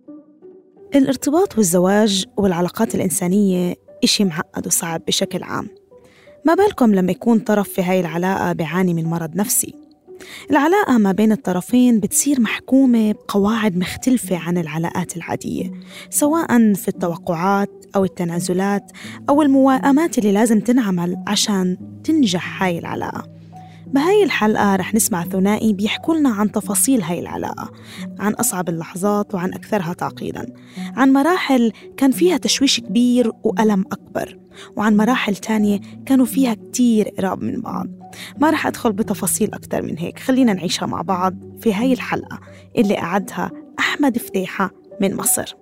الارتباط والزواج والعلاقات الإنسانية إشي معقد وصعب بشكل عام، ما بالكم لما يكون طرف في هاي العلاقة بيعاني من مرض نفسي. العلاقة ما بين الطرفين بتصير محكومة بقواعد مختلفة عن العلاقات العادية، سواء في التوقعات أو التنازلات أو الموائمات اللي لازم تنعمل عشان تنجح هاي العلاقة. بهاي الحلقة رح نسمع ثنائي بيحكوا لنا عن تفاصيل هاي العلاقة، عن أصعب اللحظات وعن أكثرها تعقيداً، عن مراحل كان فيها تشويش كبير وألم أكبر، وعن مراحل تانية كانوا فيها كتير قراب من بعض. ما رح أدخل بتفاصيل أكتر من هيك، خلينا نعيشها مع بعض في هاي الحلقة اللي أعدها أحمد فتيحة من مصر.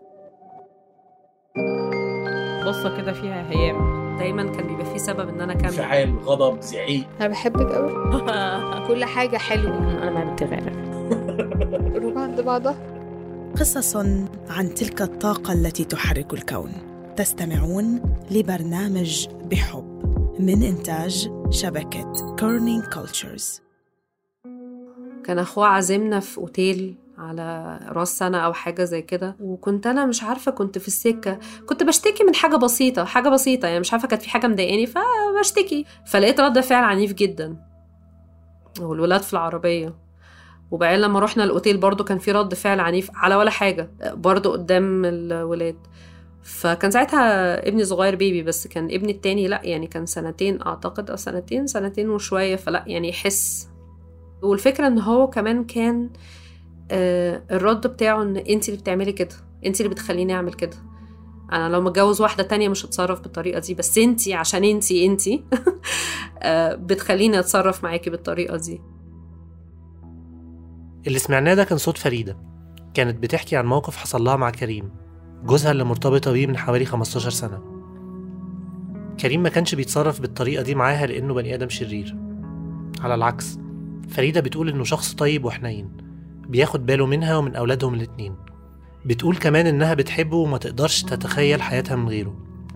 بصة كده فيها هيام، دايما كان بيبقى فيه سبب ان انا كمل. فعال، غضب، زعيق. انا بحبك قوي. كل حاجه حلوه. انا ما بتغير. روح عند بعضها. قصص عن تلك الطاقة التي تحرك الكون. تستمعون لبرنامج بحب من إنتاج شبكة كورنينج كولتشرز. كان اخوه عازمنا في اوتيل على راس سنة أو حاجة زي كده، وكنت أنا مش عارفة، كنت في السكة كنت بشتكي من حاجة بسيطة يعني مش عارفة، كانت في حاجة مضايقاني فبشتكي، فلقيت رد فعل عنيف جدا والولاد في العربية. وبعدين لما رحنا الأوتيل برضو كان في رد فعل عنيف على ولا حاجة برضو قدام الولاد. فكان ساعتها ابني صغير بيبي، بس كان ابني التاني لأ، يعني كان 2 أعتقد أو 2 وشوية، فلأ يعني يحس. والفكرة إن هو كمان كان الرد بتاعه ان انتي اللي بتعملي كده، انتي اللي بتخليني اعمل كده، انا لو متجوز واحدة تانية مش هتصرف بالطريقة دي، بس انتي عشان انتي بتخليني اتصرف معاكي بالطريقة دي. اللي سمعناه ده كان صوت فريدة، كانت بتحكي عن موقف حصل لها مع كريم، جوزها اللي مرتبطة بيه من حوالي 15 سنة. كريم ما كانش بيتصرف بالطريقة دي معاها لأنه بني آدم شرير، على العكس فريدة بتقول إنه شخص طيب وحنين، بياخد باله منها ومن أولادهم الاتنين. بتقول كمان إنها بتحبه وما تقدرش تتخيل حياتها من غيره.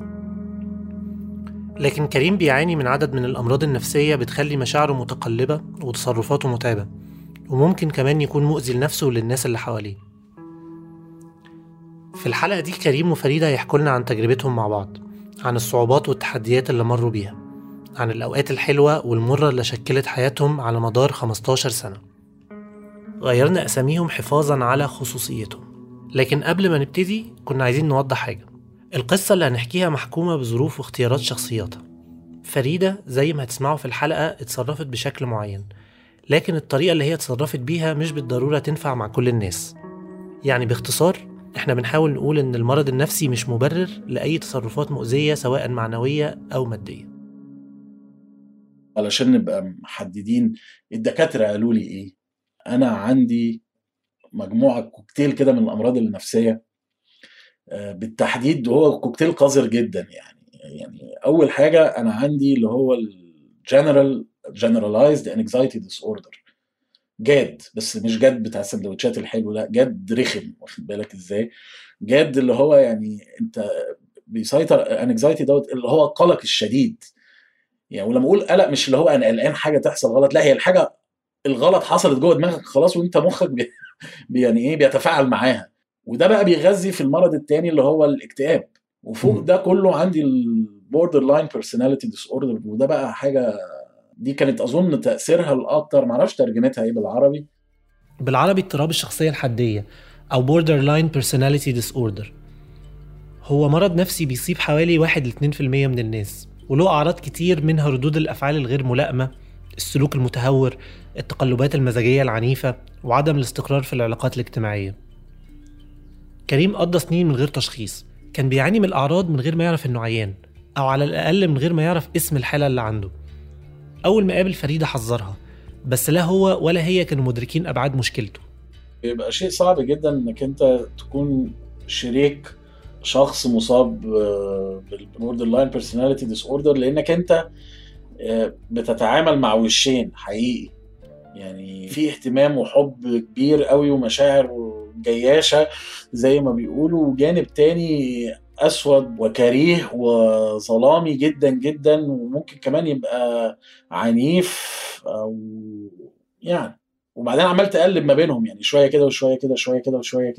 لكن كريم بيعاني من عدد من الأمراض النفسية بتخلي مشاعره متقلبة وتصرفاته متعبة، وممكن كمان يكون مؤذي لنفسه وللناس اللي حواليه. في الحلقة دي كريم وفريدة يحكوا لنا عن تجربتهم مع بعض، عن الصعوبات والتحديات اللي مروا بيها، عن الأوقات الحلوة والمرة اللي شكلت حياتهم على مدار 15 سنة. غيرنا أساميهم حفاظاً على خصوصيتهم. لكن قبل ما نبتدي كنا عايزين نوضح حاجة. القصة اللي هنحكيها محكومة بظروف واختيارات شخصياتها. فريدة زي ما هتسمعوا في الحلقة اتصرفت بشكل معين، لكن الطريقة اللي هي اتصرفت بيها مش بالضرورة تنفع مع كل الناس. يعني باختصار احنا بنحاول نقول ان المرض النفسي مش مبرر لأي تصرفات مؤذية سواء معنوية أو مادية. علشان نبقى محددين، الدكاترة قالوا لي ايه؟ انا عندي مجموعة كوكتيل كده من الامراض النفسية بالتحديد، وهو كوكتيل قذر جدا. يعني اول حاجة انا عندي اللي هو generalized anxiety disorder، جاد، بس مش جاد بتاع السندوتشات الحلو، لا جاد رخم، واخد بالك ازاي؟ جاد اللي هو يعني انت بيسيطر انكزايتي دوت اللي هو القلق الشديد. يعني ولما اقول قلق مش اللي هو انا قلقان حاجه تحصل غلط، لا، هي الحاجه الغلط حصلت جوه دماغك خلاص، وانت مخك يعني ايه بيتفاعل معاها. وده بقى بيغذي في المرض التاني اللي هو الاكتئاب. وفوق ده كله عندي البوردر لاين بيرسوناليتي ديس اوردر، وده بقى حاجه دي كانت اظن تاثيرها الاكتر، معرفش ترجمتها ايه بالعربي. بالعربي اضطراب الشخصية الحدية أو borderline personality disorder. هو مرض نفسي بيصيب حوالي 1-2% من الناس، وله أعراض كتير، منها ردود الأفعال الغير ملائمة، السلوك المتهور، التقلبات المزاجية العنيفة، وعدم الاستقرار في العلاقات الاجتماعية. كريم قضى سنين من غير تشخيص، كان بيعاني من الأعراض من غير ما يعرف إنه عيان، أو على الأقل من غير ما يعرف اسم الحالة اللي عنده. أول ما قابل فريدة حذرها، بس لا هو ولا هي كانوا مدركين أبعاد مشكلته. بيبقى شيء صعب جدا إنك أنت تكون شريك شخص مصاب بالبوردر لاين بيرسوناليتي ديس اوردر، لأنك أنت بتتعامل مع وشين حقيقي، يعني في اهتمام وحب كبير قوي ومشاعر جياشة زي ما بيقولوا، وجانب تاني أسود وكريه وظلامي جدا جدا، وممكن كمان يبقى عنيف أو يعني. وبعدين عمال تقلب ما بينهم، يعني شوية كده وشوية كده، شوية كده وشوية كده.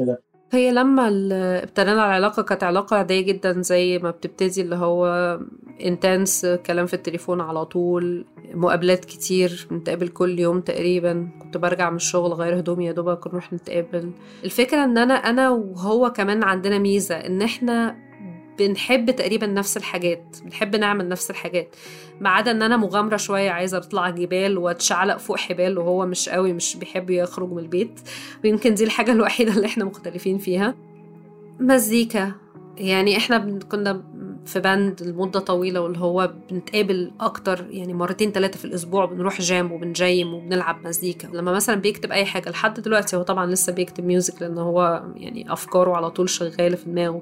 هي لما ابتدينا العلاقة كانت علاقة عادية جدا زي ما بتبتدي، اللي هو انتنس، كلام في التليفون على طول، مقابلات كتير، بنتقابل كل يوم تقريبا. كنت برجع من الشغل غير هدومي يا دوبك نروح نتقابل. الفكرة ان انا وهو كمان عندنا ميزة ان احنا بنحب تقريبا نفس الحاجات، بنحب نعمل نفس الحاجات، ما عدا ان انا مغامرة شوية، عايزة اطلع جبال واتشعلق فوق حبال، وهو مش قوي، مش بيحب يخرج من البيت. ويمكن دي الحاجة الوحيدة اللي احنا مختلفين فيها. مزيكا، يعني احنا كنا في باند لمدة طويلة، واللي هو بنتقابل أكتر، يعني 2-3 في الأسبوع، بنروح جام وبنجيم وبنلعب مزيكا. لما مثلا بيكتب أي حاجة، لحد دلوقتي هو طبعا لسه بيكتب ميوزك، لأنه هو يعني أفكاره على طول شغالة في دماغه.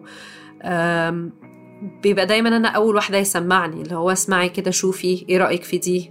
بيبقى دايما أنا أول واحدة يسمعني، اللي هو اسمعي كده، شوفي إيه رأيك في دي.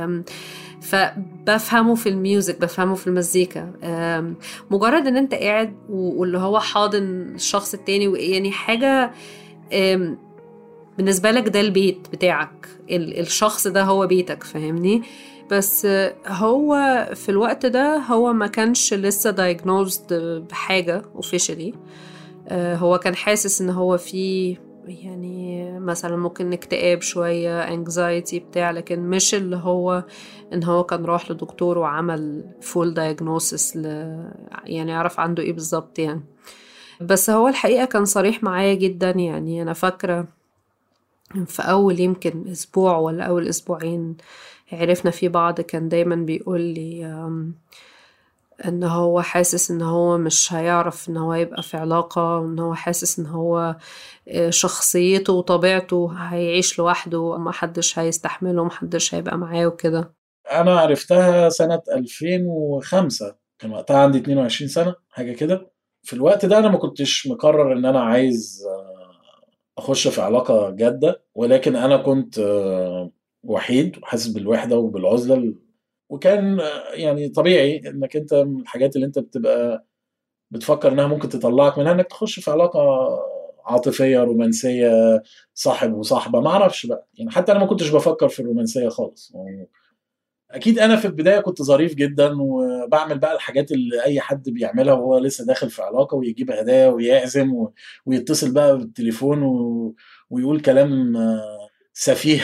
فبفهمه في الميوزك، بفهمه في المزيكا. مجرد ان انت قاعد واللي هو حاضن الشخص التاني، يعني حاجة بالنسبة لك ده البيت بتاعك، الشخص ده هو بيتك، فاهمني؟ بس هو في الوقت ده هو ما كانش لسه diagnosed بحاجة officially. هو كان حاسس ان هو فيه يعني مثلا ممكن اكتئاب شوية، anxiety بتاع، لكن مش اللي هو ان هو كان راح لدكتور وعمل full diagnosis يعني يعرف عنده ايه بالظبط يعني. بس هو الحقيقة كان صريح معايا جدا. يعني انا فاكرة في اول يمكن اسبوع ولا اول اسبوعين عرفنا في بعض، كان دايما بيقول لي ان هو حاسس ان هو مش هيعرف ان هو يبقى في علاقة، وان هو حاسس ان هو شخصيته وطبيعته هيعيش لوحده، وما حدش هيستحمله، ومحدش هيبقى معاه وكده. انا عرفتها سنة 2005، كان وقتها عندي 22 سنة حاجة كده. في الوقت ده انا ما كنتش مقرر ان انا عايز اخش في علاقة جادة، ولكن انا كنت وحيد وحاسس بالوحدة وبالعزلة. وكان يعني طبيعي انك انت من الحاجات اللي انت بتبقى بتفكر انها ممكن تطلعك منها انك تخش في علاقة عاطفية رومانسية، صاحب وصاحبة، ما اعرفش بقى يعني. حتى انا ما كنتش بفكر في الرومانسية خالص. اكيد انا في البداية كنت ظريف جدا وبعمل بقى الحاجات اللي اي حد بيعملها وهو لسه داخل في علاقة، ويجيب هدايا ويعزم ويتصل بقى بالتليفون ويقول كلام سفيه.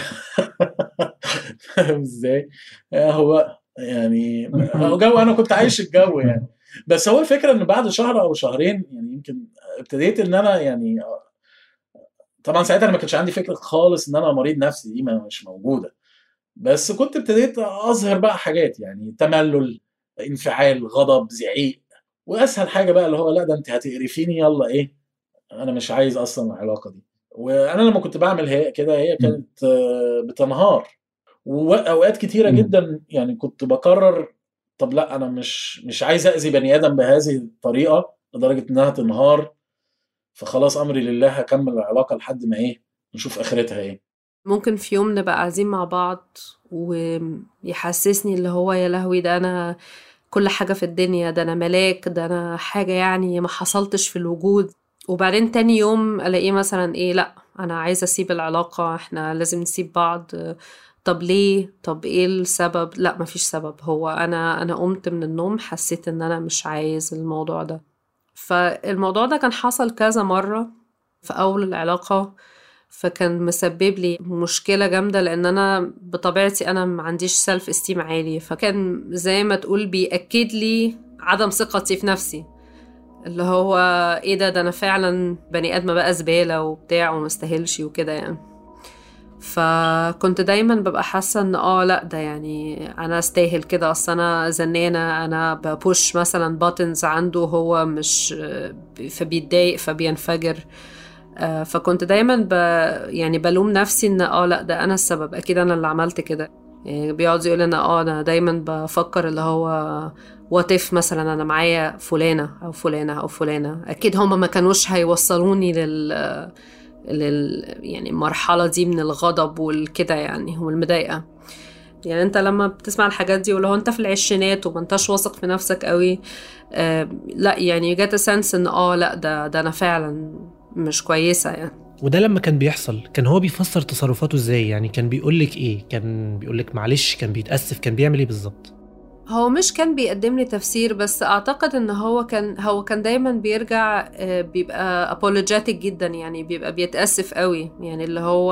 فاهم ازاي؟ هو يعني هو جو، انا كنت عايش الجو يعني. بس هو الفكره ان بعد شهر او شهرين يعني يمكن ابتديت ان انا يعني، طبعا ساعتها انا ما كانش عندي فكره خالص ان انا مريض نفسي، دي مش موجوده. بس كنت ابتديت اظهر بقى حاجات، يعني تملل، انفعال، غضب، زعيق. واسهل حاجه بقى اللي هو لا ده انت هتقرفيني، يلا ايه، انا مش عايز اصلا العلاقه دي. وانا لما كنت بعمل هي كده هي كانت بتنهار. واوقات كتيره جدا يعني كنت بقرر طب لا انا مش عايز اذي بني ادم بهذه الطريقه لدرجه انها تنهار، فخلاص امري لله، هكمل العلاقه لحد ما ايه، نشوف اخرتها ايه. ممكن في يوم نبقى قاعدين مع بعض ويحسسني اللي هو يا لهوي، ده انا كل حاجه في الدنيا، ده انا ملاك، ده انا حاجه يعني ما حصلتش في الوجود. وبعدين تاني يوم الاقيه مثلا ايه، لا انا عايزه اسيب العلاقه، احنا لازم نسيب بعض. طب ليه؟ طب ايه السبب؟ لا مفيش سبب، هو انا قمت من النوم حسيت ان انا مش عايز الموضوع ده. فالموضوع ده كان حصل كذا مرة في اول العلاقة، فكان مسبب لي مشكلة جامدة، لان انا بطبيعتي انا ما عنديش سيلف استيم عالي، فكان زي ما تقول بيأكد لي عدم ثقتي في نفسي، اللي هو ايه ده انا فعلا بني ادمة بقى زبالة وبتاع ومستاهلش وكده يعني. فكنت دايما ببقى حاسه ان لا ده يعني انا استاهل كده، اصل انا زنانه، انا ببوش مثلا باتنز عنده هو مش، فبيتضايق فبينفجر. فكنت دايما يعني بلوم نفسي ان لا ده انا السبب، اكيد انا اللي عملت كده. يعني بيقعد يقول انا دايما بفكر اللي هو what if مثلا انا معايا فلانه او فلانه او فلانه، اكيد هما ما كانوش هيوصلوني يعني المرحلة دي من الغضب والكده يعني والمضايقة. يعني انت لما بتسمع الحاجات دي ولو انت في العشرينات وما انتش واثق في نفسك قوي، لا يعني you get a sense ان لا ده انا فعلا مش كويسة يعني. وده لما كان بيحصل كان هو بيفسر تصرفاته ازاي؟ يعني كان بيقولك ايه؟ كان بيقولك معلش، كان بيتأسف، كان بيعمل ايه بالظبط؟ هو مش كان بيقدم لي تفسير، بس اعتقد ان هو كان دايما بيرجع بيبقى apologetic جدا، يعني بيبقى بيتأسف قوي، يعني اللي هو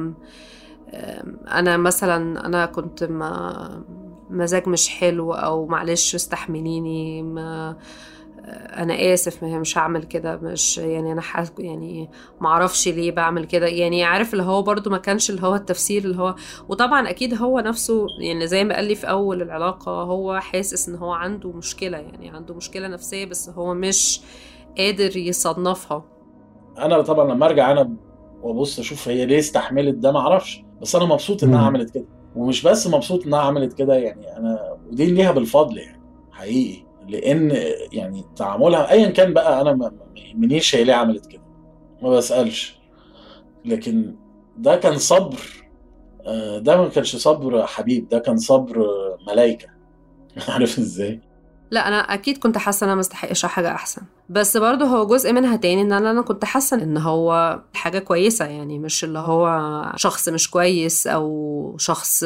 انا مثلا انا كنت مزاج مش حلو، او معلش استحمليني، ما انا اسف مش هعمل كده، مش يعني انا يعني ما اعرفش ليه بعمل كده، يعني عارف اللي هو برضو ما كانش اللي هو التفسير اللي هو. وطبعا اكيد هو نفسه يعني زي ما قال لي في اول العلاقة، هو حاسس ان هو عنده مشكلة، يعني عنده مشكلة نفسية، بس هو مش قادر يصنفها. انا طبعا لما ارجع انا وابص اشوف هي ليه استحملت ده، ما اعرفش، بس انا مبسوط انها عملت كده، ومش بس مبسوط انها عملت كده، يعني انا ودي ليها بالفضل يعني حقيقي، لان يعني تعاملها ايا كان بقى، انا ما يهمنيش هي ليه عملت كده، ما بسألش، لكن ده كان صبر. ده ما كانش صبر حبيب، ده كان صبر ملايكة. عارف ازاي؟ لا انا اكيد كنت حاسه ان انا مستحقش حاجه احسن، بس برضه هو جزء منها تاني ان انا كنت حاسه ان هو حاجه كويسه، يعني مش اللي هو شخص مش كويس او شخص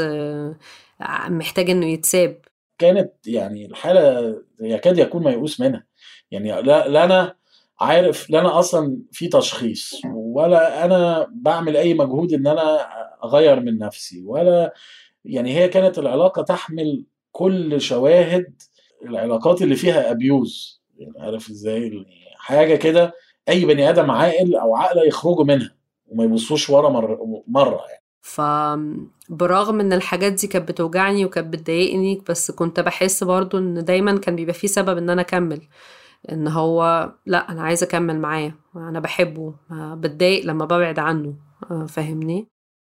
محتاج انه يتساب. كانت يعني الحالة يكاد يكون ميؤوس منها، يعني لا أنا عارف، لا أنا أصلا في تشخيص، ولا أنا بعمل أي مجهود إن أنا أغير من نفسي، ولا يعني هي كانت العلاقة تحمل كل شواهد العلاقات اللي فيها أبيوز، يعني عارف إزاي، حاجة كده أي بني آدم عاقل أو عاقلة يخرجوا منها وما يبصوش ورا مرة يعني. فبرغم ان الحاجات دي كانت بتوجعني وكانت بتضايقني، بس كنت بحس برضو ان دايما كان بيبقى فيه سبب ان انا اكمل، ان هو لا انا عايزه اكمل معاه، انا بحبه، بتضايق لما ببعد عنه، فاهمني؟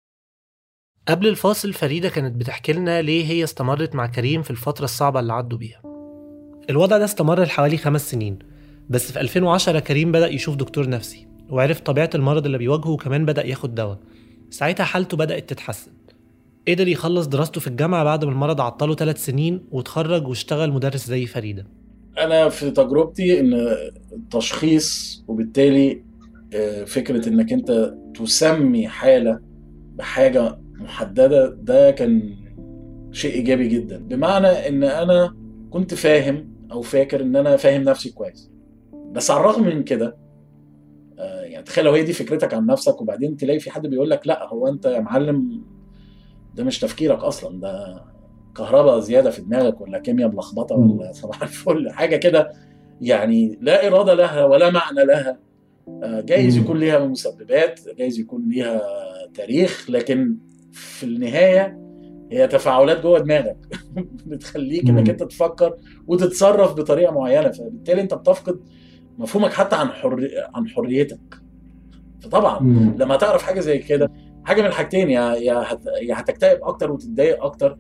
قبل الفاصل فريدة كانت بتحكي لنا ليه هي استمرت مع كريم في الفترة الصعبة اللي عدوا بيها. الوضع ده استمر لحوالي 5 سنين، بس في 2010 كريم بدأ يشوف دكتور نفسي وعرف طبيعة المرض اللي بيواجهه، وكمان بدأ ياخد دواء. ساعتها حالته بدأت تتحسن، قدر يخلص دراسته في الجامعة بعد ما المرض عطله 3 سنين، وتخرج واشتغل مدرس زي فريدة. أنا في تجربتي إن التشخيص وبالتالي فكرة إنك أنت تسمي حالة بحاجة محددة، ده كان شيء إيجابي جدا، بمعنى إن أنا كنت فاهم أو فاكر إن أنا فاهم نفسي كويس، بس على الرغم من كده يعني تخيل لو هي دي فكرتك عن نفسك، وبعدين تلاقي في حد بيقول لك لا هو أنت يا معلم ده مش تفكيرك أصلا، ده كهرباء زيادة في دماغك، ولا كيمياء ملخبطة، ولا صباح الفل حاجة كده، يعني لا إرادة لها ولا معنى لها. جايز يكون ليها مسببات، جايز يكون ليها تاريخ، لكن في النهاية هي تفاعلات جوه دماغك بتخليك انك انت تفكر وتتصرف بطريقة معينة، فبالتالي انت بتفقد مفهومك حتى عن حريتك. فطبعا لما تعرف حاجة زي كده، حاجة من الحاجتين، يا هتكتئب اكتر وتتضايق اكتر،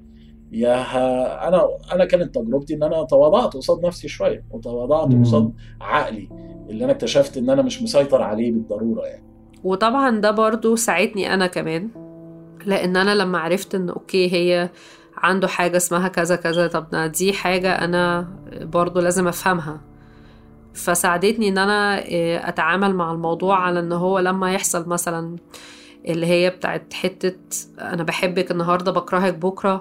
انا كانت تجربتي ان انا تواضعت قصاد نفسي شويه، وتواضعت قصاد عقلي اللي انا اكتشفت ان انا مش مسيطر عليه بالضروره يعني. وطبعا ده برضو ساعدني انا كمان، لان انا لما عرفت ان اوكي هي عنده حاجه اسمها كذا كذا، طب دي حاجه انا برضو لازم افهمها، فساعدتني ان انا اتعامل مع الموضوع على ان هو لما يحصل مثلا اللي هي بتاعت حته انا بحبك النهارده بكرهك بكره،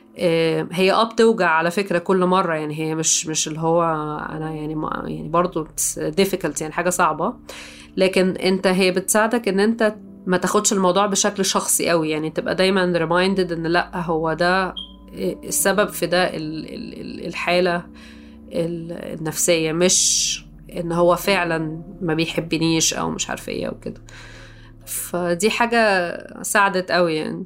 هي بتوجع على فكرة كل مرة، يعني هي مش اللي هو أنا يعني برضو difficult، يعني حاجة صعبة، لكن هي بتساعدك إن أنت ما تاخدش الموضوع بشكل شخصي قوي، يعني تبقى دايما reminded إن لأ هو ده السبب في ده الحالة النفسية، مش إن هو فعلا ما بيحبنيش أو مش عارفة إيه أو كده. فدي حاجة ساعدت قوي يعني.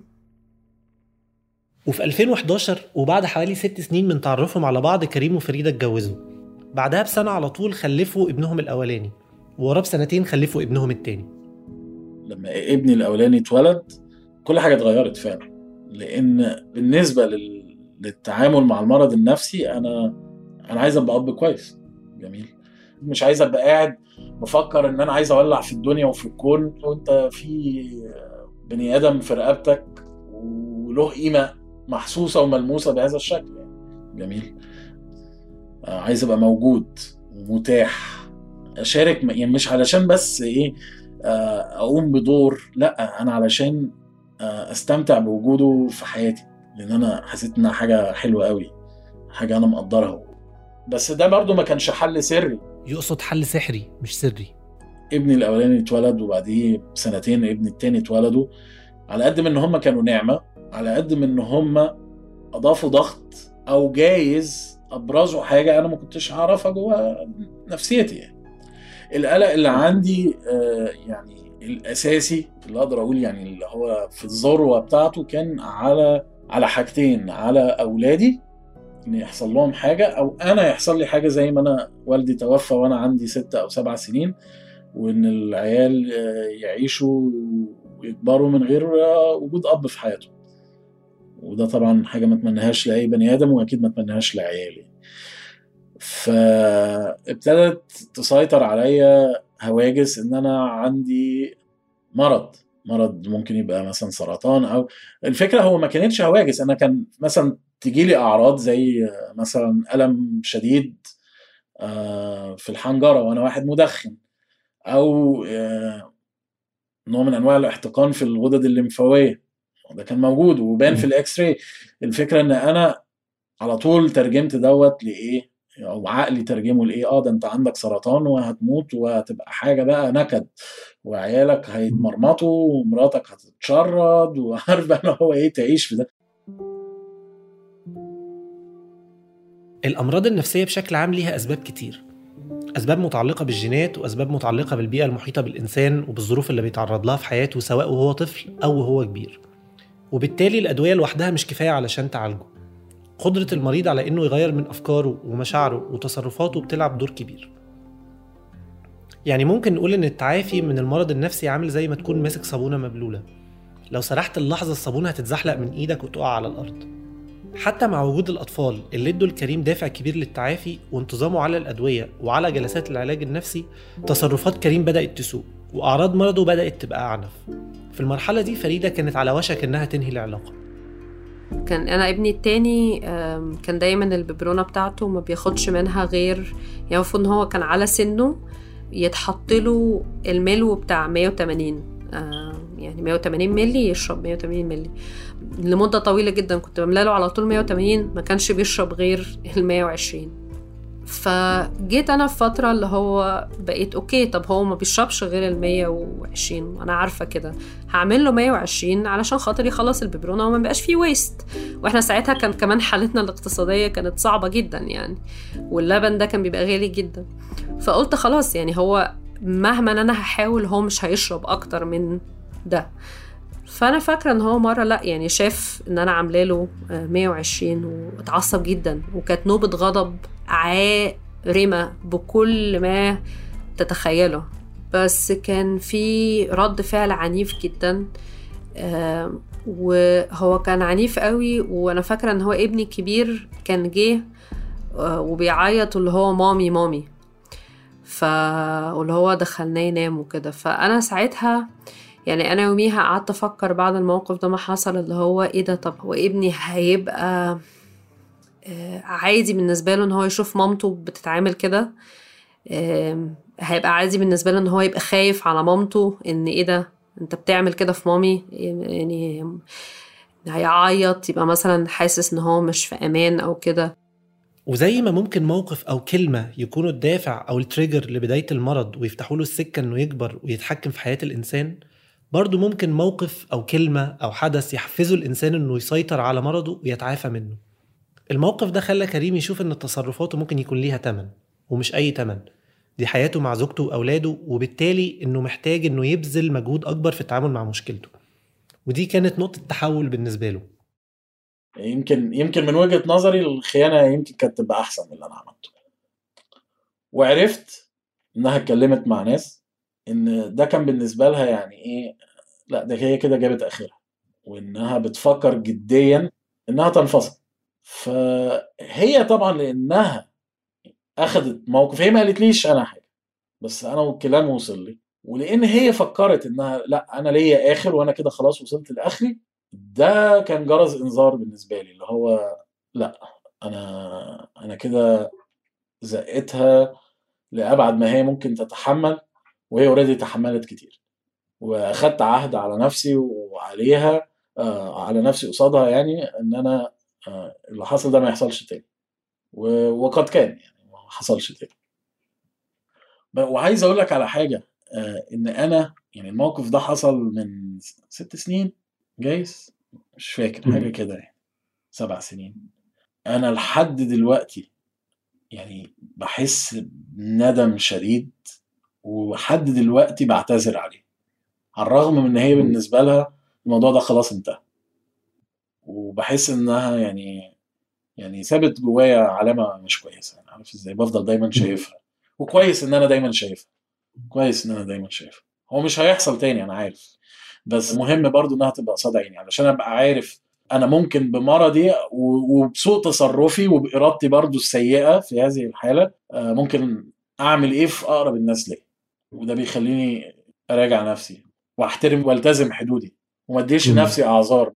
وفي 2011 وبعد حوالي 6 سنين من تعرفهم على بعض، كريم وفريدة اتجوزوا. بعدها بسنة على طول خلفوا ابنهم الأولاني، ووراه ب2 خلفوا ابنهم التاني. لما ابني الأولاني اتولد كل حاجة اتغيرت فعلا، لأن بالنسبة للتعامل مع المرض النفسي أنا عايز أبقى أب كويس جميل، مش عايز أبقى قاعد بفكر إن أنا عايز أولع في الدنيا وفي الكون وأنت في بني آدم في رقبتك وله قيمة محسوسة وملموسة بهذا الشكل يعني. جميل، عايز أبقى موجود ومتاح، أشارك، يعني مش علشان بس إيه أقوم بدور، لأ أنا علشان أستمتع بوجوده في حياتي، لأن أنا حسيت إنها حاجة حلوة قوي، حاجه انا مقدرها. بس ده برضو ما كانش حل سري. يقصد حل سحري مش سري. ابني الاولاني اتولد وبعديه بسنتين ابني التاني اتولدوا. على قد ما ان هم كانوا نعمه، على قد ما ان هم اضافوا ضغط، او جايز ابرزوا حاجه انا ما كنتش اعرفها جوه نفسيتي. يعني القلق اللي عندي يعني الاساسي اللي اقدر اقول يعني اللي هو في الذروه بتاعته كان على حاجتين: على اولادي ان يحصل لهم حاجه، او انا يحصل لي حاجه زي ما انا والدي توفى وانا عندي 6 أو 7 سنين، وان العيال يعيشوا ويكبروا من غير وجود اب في حياتهم. وده طبعا حاجه ما اتمناهاش لاي بني ادم، واكيد ما اتمناهاش لعيالي. فابتدت تسيطر عليا هواجس ان انا عندي مرض ممكن يبقى مثلا سرطان، او الفكره هو ما كانتش هواجس. انا كان مثلا تجي لي اعراض زي مثلا الم شديد في الحنجره وانا واحد مدخن، او نوع من انواع الاحتقان في الغدد الليمفاويه، ده كان موجود وبان في الاكس راي. الفكره ان انا على طول ترجمت دوت لايه، او عقلي ترجمه لايه، ده انت عندك سرطان وهتموت وهتبقى حاجه بقى نكد، وعيالك هيتمرمطوا ومراتك هتتشرد، وعارف بقى هو ايه تعيش في ده. الأمراض النفسية بشكل عام ليها أسباب كتير، أسباب متعلقة بالجينات وأسباب متعلقة بالبيئة المحيطة بالإنسان وبالظروف اللي بيتعرض لها في حياته سواء وهو طفل أو وهو كبير. وبالتالي الأدوية لوحدها مش كفاية علشان تعالجه. قدرة المريض على إنه يغير من أفكاره ومشاعره وتصرفاته بتلعب دور كبير. يعني ممكن نقول إن التعافي من المرض النفسي عامل زي ما تكون ماسك صابونة مبلولة، لو سرحت اللحظة الصابونة هتتزحلق من إيدك وتقع على الأرض. حتى مع وجود الأطفال اللي ادوا الكريم دافع كبير للتعافي وانتظامه على الأدوية وعلى جلسات العلاج النفسي، تصرفات كريم بدأت تسوء وأعراض مرضه بدأت تبقى أعنف. في المرحلة دي فريدة كانت على وشك إنها تنهي العلاقة. كان أنا ابني التاني كان دايما الببرونة بتاعته ما بياخدش منها غير، يعني المفروض إن هو كان على سنه يتحطله الملو بتاع 180 يعني 180 ملي، يشرب 180 ملي لمدة طويلة جدا. كنت بملاله على طول 180، ما كانش بيشرب غير 120. فجيت أنا في فترة اللي هو بقيت أوكي، طب هو ما بيشربش غير 120 وأنا عارفة كده، هعمل له 120 علشان خاطر يخلص الببرونة وما بقاش فيه ويست. وإحنا ساعتها كان كمان حالتنا الاقتصادية كانت صعبة جدا يعني، واللبن ده كان بيبقى غالي جدا. فقلت خلاص يعني هو مهما أنا هحاول هو مش هيشرب أكتر من ده. فأنا فاكرة إن هو مرة لأ يعني شاف إن أنا عاملاله 120 واتعصب جدا، وكانت نوبة غضب عارمة بكل ما تتخيله. بس كان في رد فعل عنيف جدا، وهو كان عنيف قوي. وأنا فاكرة إن هو ابني الكبير كان جه وبيعيط اللي هو مامي مامي، واللي هو دخلناه ينام وكده. فأنا ساعتها يعني أنا يوميها قعدت أفكر بعد الموقف ده ما حصل اللي هو إيه ده، طب هو ابني هيبقى عادي بالنسبة له إن هو يشوف مامته بتتعامل كده؟ هيبقى عادي بالنسبة له إن هو يبقى خايف على مامته إن إيه ده أنت بتعمل كده في مامي؟ يعني هيعيط، يبقى مثلا حاسس إن هو مش في أمان أو كده. وزي ما ممكن موقف أو كلمة يكونوا الدافع أو التريجر لبداية المرض ويفتحوا له السكة إنه يكبر ويتحكم في حياة الإنسان، برضو ممكن موقف أو كلمة أو حدث يحفزوا الإنسان إنه يسيطر على مرضه ويتعافى منه. الموقف ده خلى كريم يشوف إن تصرفاته ممكن يكون ليها تمن، ومش أي تمن، دي حياته مع زوجته وأولاده، وبالتالي إنه محتاج إنه يبذل مجهود أكبر في التعامل مع مشكلته. ودي كانت نقطة تحول بالنسبة له. يمكن من وجهة نظري الخيانة يمكن كانت تبقى أحسن من اللي أنا عملته. وعرفت إنها اتكلمت مع ناس إن ده كان بالنسبة لها يعني إيه، لا ده هي كده جابت آخرها، وإنها بتفكر جديا إنها تنفصل. فهي طبعا لأنها أخذت موقف، هي ما قالتليش أنا حاجة بس أنا والكلام وصل لي، ولأن هي فكرت إنها لا أنا ليا آخر وأنا كده خلاص وصلت لآخري، ده كان جرس إنذار بالنسبة لي اللي هو لا أنا كده زقتها لأبعد ما هي ممكن تتحمل، وهي اوريدي تحملت كتير. وأخدت عهد على نفسي وعليها على نفسي قصادها، يعني إن أنا اللي حصل ده ما يحصلش تاني. وقد كان يعني ما حصلش تاني. وعايز اقول لك على حاجه، ان انا يعني الموقف ده حصل من 6 سنين جايز، مش فاكر حاجه كده يعني 7 سنين. انا لحد دلوقتي يعني بحس بندم شديد، ولحد دلوقتي بعتذر عليه، على الرغم من ان هي بالنسبه لها الموضوع ده خلاص انتهى. وبحس انها يعني سابت جوايا علامه مش كويسه، يعني عارف ازاي بفضل دايما شايفها. وكويس ان انا دايما شايفها، كويس ان انا دايما شايفها. هو مش هيحصل تاني انا عارف، بس مهم برضو انها تبقى قصاد عيني علشان ابقى عارف انا ممكن بمرضي وبسوء تصرفي وبارادتي برضو السيئه في هذه الحاله ممكن اعمل ايه في اقرب الناس ليا. وده بيخليني اراجع نفسي واحترم والتزم حدودي وما اديش لنفسي اعذار.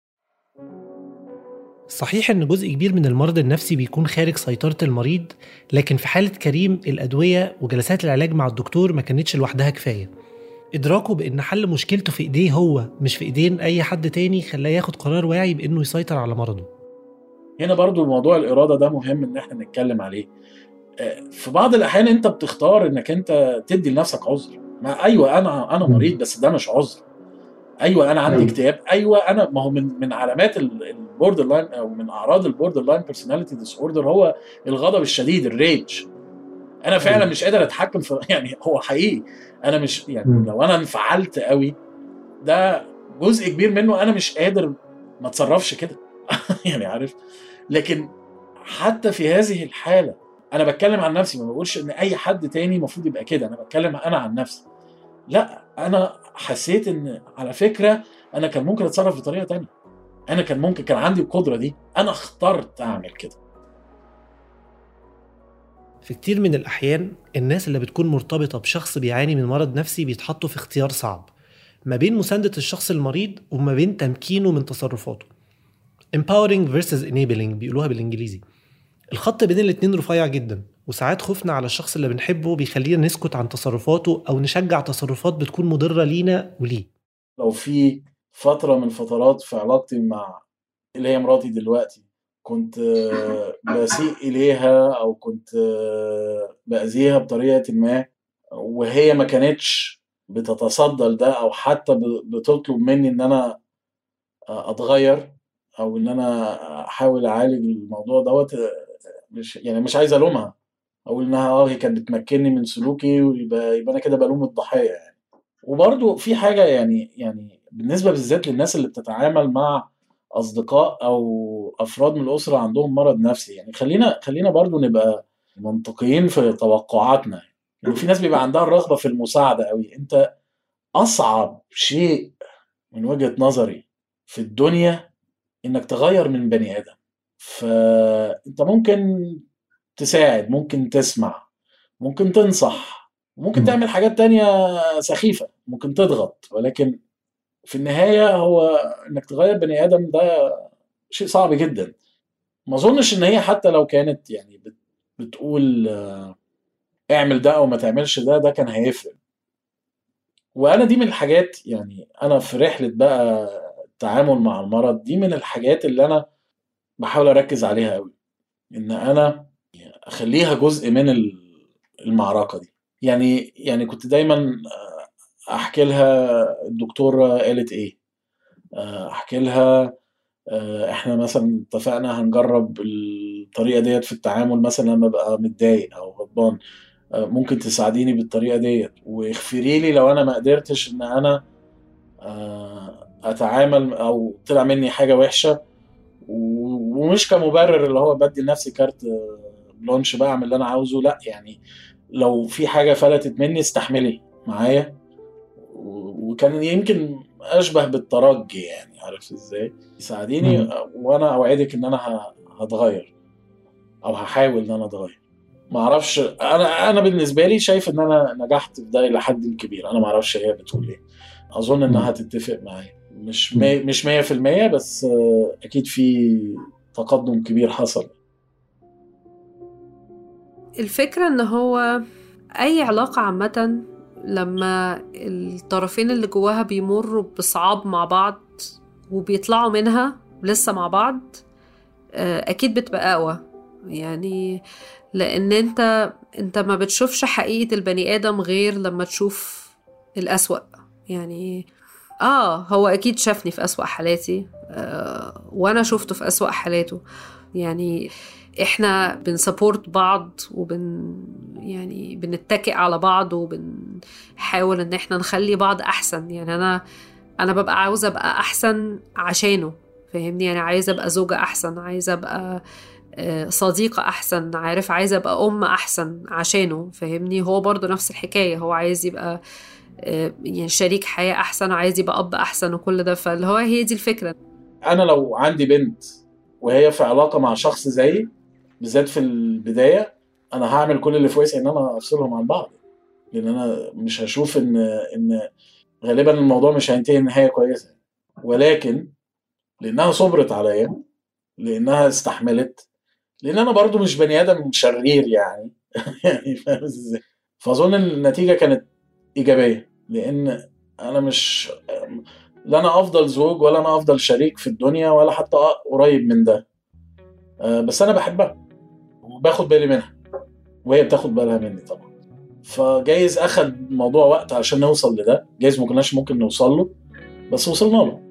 صحيح إن جزء كبير من المرض النفسي بيكون خارج سيطرة المريض، لكن في حالة كريم الأدوية وجلسات العلاج مع الدكتور ما كانتش لوحدها كفاية. إدراكه بإن حل مشكلته في إيديه هو مش في إيدين أي حد تاني خلاه ياخد قرار واعي بإنه يسيطر على مرضه. هنا برضو موضوع الإرادة ده مهم إن احنا نتكلم عليه. في بعض الأحيان أنت بتختار إنك أنت تدي لنفسك عذر. ما أيوة أنا مريض بس ده مش عذر. أيوة أنا عندي اكتئاب، أيوة أنا ما هو من علامات البوردر لاين أو من أعراض البوردر لاين بيرسوناليتي ديس أوردر هو الغضب الشديد، الريج. أنا فعلا مش قادر أتحكم في يعني هو حقيقي أنا مش يعني لو أنا انفعلت قوي ده جزء كبير منه أنا مش قادر ما اتصرفش كده يعني عارف. لكن حتى في هذه الحالة أنا بتكلم عن نفسي، ما بقولش إن أي حد تاني المفروض يبقى كده، أنا بتكلم أنا عن نفسي. لا أنا حسيت إن على فكرة أنا كان ممكن أتصرف بطريقة تانية، أنا كان عندي القدرة دي، أنا اخترت أعمل كده. في كتير من الأحيان الناس اللي بتكون مرتبطة بشخص بيعاني من مرض نفسي بيتحطوا في اختيار صعب ما بين مساندة الشخص المريض وما بين تمكينه من تصرفاته. empowering versus enabling بيقولوها بالإنجليزي. الخط بين الاتنين رفيع جدا، وساعات خوفنا على الشخص اللي بنحبه بيخلينا نسكت عن تصرفاته أو نشجع تصرفات بتكون مضرة لينا وليه. لو في فترة من الفترات في علاقتي مع اللي هي مراتي دلوقتي كنت بسيء إليها أو كنت بأذيها بطريقة ما وهي ما كانتش بتتصدى لده أو حتى بتطلب مني إن أنا أتغير أو إن أنا أحاول أعالج الموضوع دوت، مش عايز ألومها أقول إنها هي كانت بتمكنني من سلوكي ويبقى أنا كده بلوم الضحية يعني. وبرضو في حاجة يعني بالنسبة بالذات للناس اللي بتتعامل مع أصدقاء أو أفراد من الأسرة عندهم مرض نفسي، يعني خلينا برضو نبقى منطقيين في توقعاتنا. يعني في ناس بيبقى عندها الرغبة في المساعدة قوي. أنت أصعب شيء من وجهة نظري في الدنيا إنك تغير من بني آدم. فأنت ممكن تساعد، ممكن تسمع، ممكن تنصح، ممكن تعمل حاجات تانية سخيفة، ممكن تضغط، ولكن في النهاية هو انك تغير بني ادم ده شيء صعب جدا. ما اظنش ان هي حتى لو كانت يعني بتقول اعمل ده او ما تعملش ده كان هيفرق. وانا دي من الحاجات يعني انا في رحلة بقى التعامل مع المرض دي من الحاجات اللي انا بحاول اركز عليها قوي، ان انا اخليها جزء من المعركة دي. يعني كنت دايما احكي لها الدكتورة قالت ايه، احكي لها احنا مثلا اتفقنا هنجرب الطريقة ديت في التعامل مثلا لما ابقى متضايق او غضبان، ممكن تساعديني بالطريقة ديت واغفري لي لو انا ما قدرتش ان انا اتعامل او طلع مني حاجة وحشة، ومش كمبرر اللي هو بدي لنفسي كارت بلونش بقى اعمل اللي انا عاوزه، لا يعني لو في حاجة فلتت مني استحملي معايا. وكان يمكن اشبه بالترجي، يعني عارف ازاي يساعديني وانا اوعدك ان انا هتغير او هحاول ان انا اتغير. ما اعرفش، انا بالنسبه لي شايف ان انا نجحت في ده الى حد كبير. انا ما اعرفش هي بتقول ايه، اظن انها هتتفق معايا مش 100% بس اكيد في تقدم كبير حصل. الفكرة ان هو اي علاقة عامة لما الطرفين اللي جواها بيمروا بصعاب مع بعض وبيطلعوا منها لسه مع بعض اكيد بتبقى اقوى. يعني لأن انت ما بتشوفش حقيقة البني آدم غير لما تشوف الأسوأ. يعني هو أكيد شافني في أسوأ حالاتي، وأنا شفته في أسوأ حالاته. يعني احنا بنسابورت بعض يعني بنتكئ على بعض وبنحاول ان احنا نخلي بعض احسن. يعني انا ببقى عاوزة ابقى احسن عشانه، فاهمني؟ يعني عايزة ابقى زوجة احسن، عايزة ابقى صديقة احسن، عايزة ابقى ام احسن عشانه، فاهمني؟ هو برضو نفس الحكاية، هو عايز يبقى يعني شريك حياة احسن، وعايز يبقى اب احسن وكل ده. فاللي هو هي دي الفكرة. انا لو عندي بنت وهي في علاقة مع شخص زيي بالذات في البداية، انا هعمل كل اللي في وسعي ان انا افصلهم عن بعض، لان انا مش هشوف ان غالبا الموضوع مش هينتهي نهاية كويسة. ولكن لانها صبرت عليا، لانها استحملت، لان انا برضو مش بني ادم شرير يعني يعني فاهم ازاي؟ فاظن النتيجة كانت ايجابية، لان انا مش لا انا افضل زوج ولا انا افضل شريك في الدنيا ولا حتى قريب من ده، بس انا بحبها وباخد بالي منها وهي بتاخد بالها مني طبعا. فجايز اخد موضوع وقت عشان نوصل لده، جايز ما كناش ممكن نوصل له بس وصلنا له.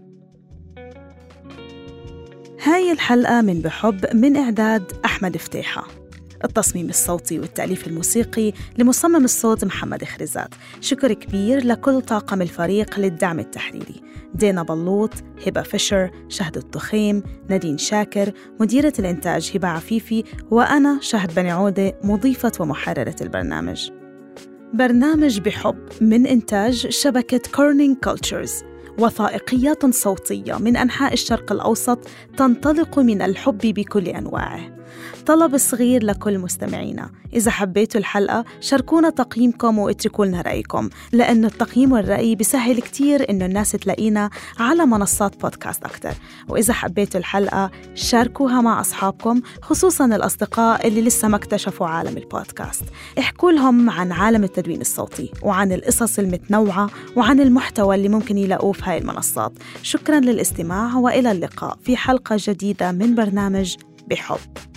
هاي الحلقة من بحب من إعداد أحمد فتيحة، التصميم الصوتي والتأليف الموسيقي لمصمم الصوت محمد خريزات. شكر كبير لكل طاقم الفريق للدعم التحريري: دينا بلوط، هبة فيشر، شهد التخيم، نادين شاكر، مديرة الإنتاج هبة عفيفي، وأنا شهد بني عودة مضيفة ومحررة البرنامج. برنامج بحب من إنتاج شبكة كورنينج كولتشرز، وثائقيات صوتية من أنحاء الشرق الأوسط تنطلق من الحب بكل أنواعه. طلب صغير لكل مستمعينا: إذا حبيتوا الحلقة شاركونا تقييمكم واتركوا لنا رأيكم، لأنه التقييم والرأي بيسهل كتير إنه الناس تلاقينا على منصات بودكاست أكتر. وإذا حبيتوا الحلقة شاركوها مع أصحابكم، خصوصاً الأصدقاء اللي لسه ما اكتشفوا عالم البودكاست. احكوا لهم عن عالم التدوين الصوتي وعن القصص المتنوعة وعن المحتوى اللي ممكن يلاقوه في هاي المنصات. شكراً للاستماع، وإلى اللقاء في حلقة جديدة من برنامج بحب.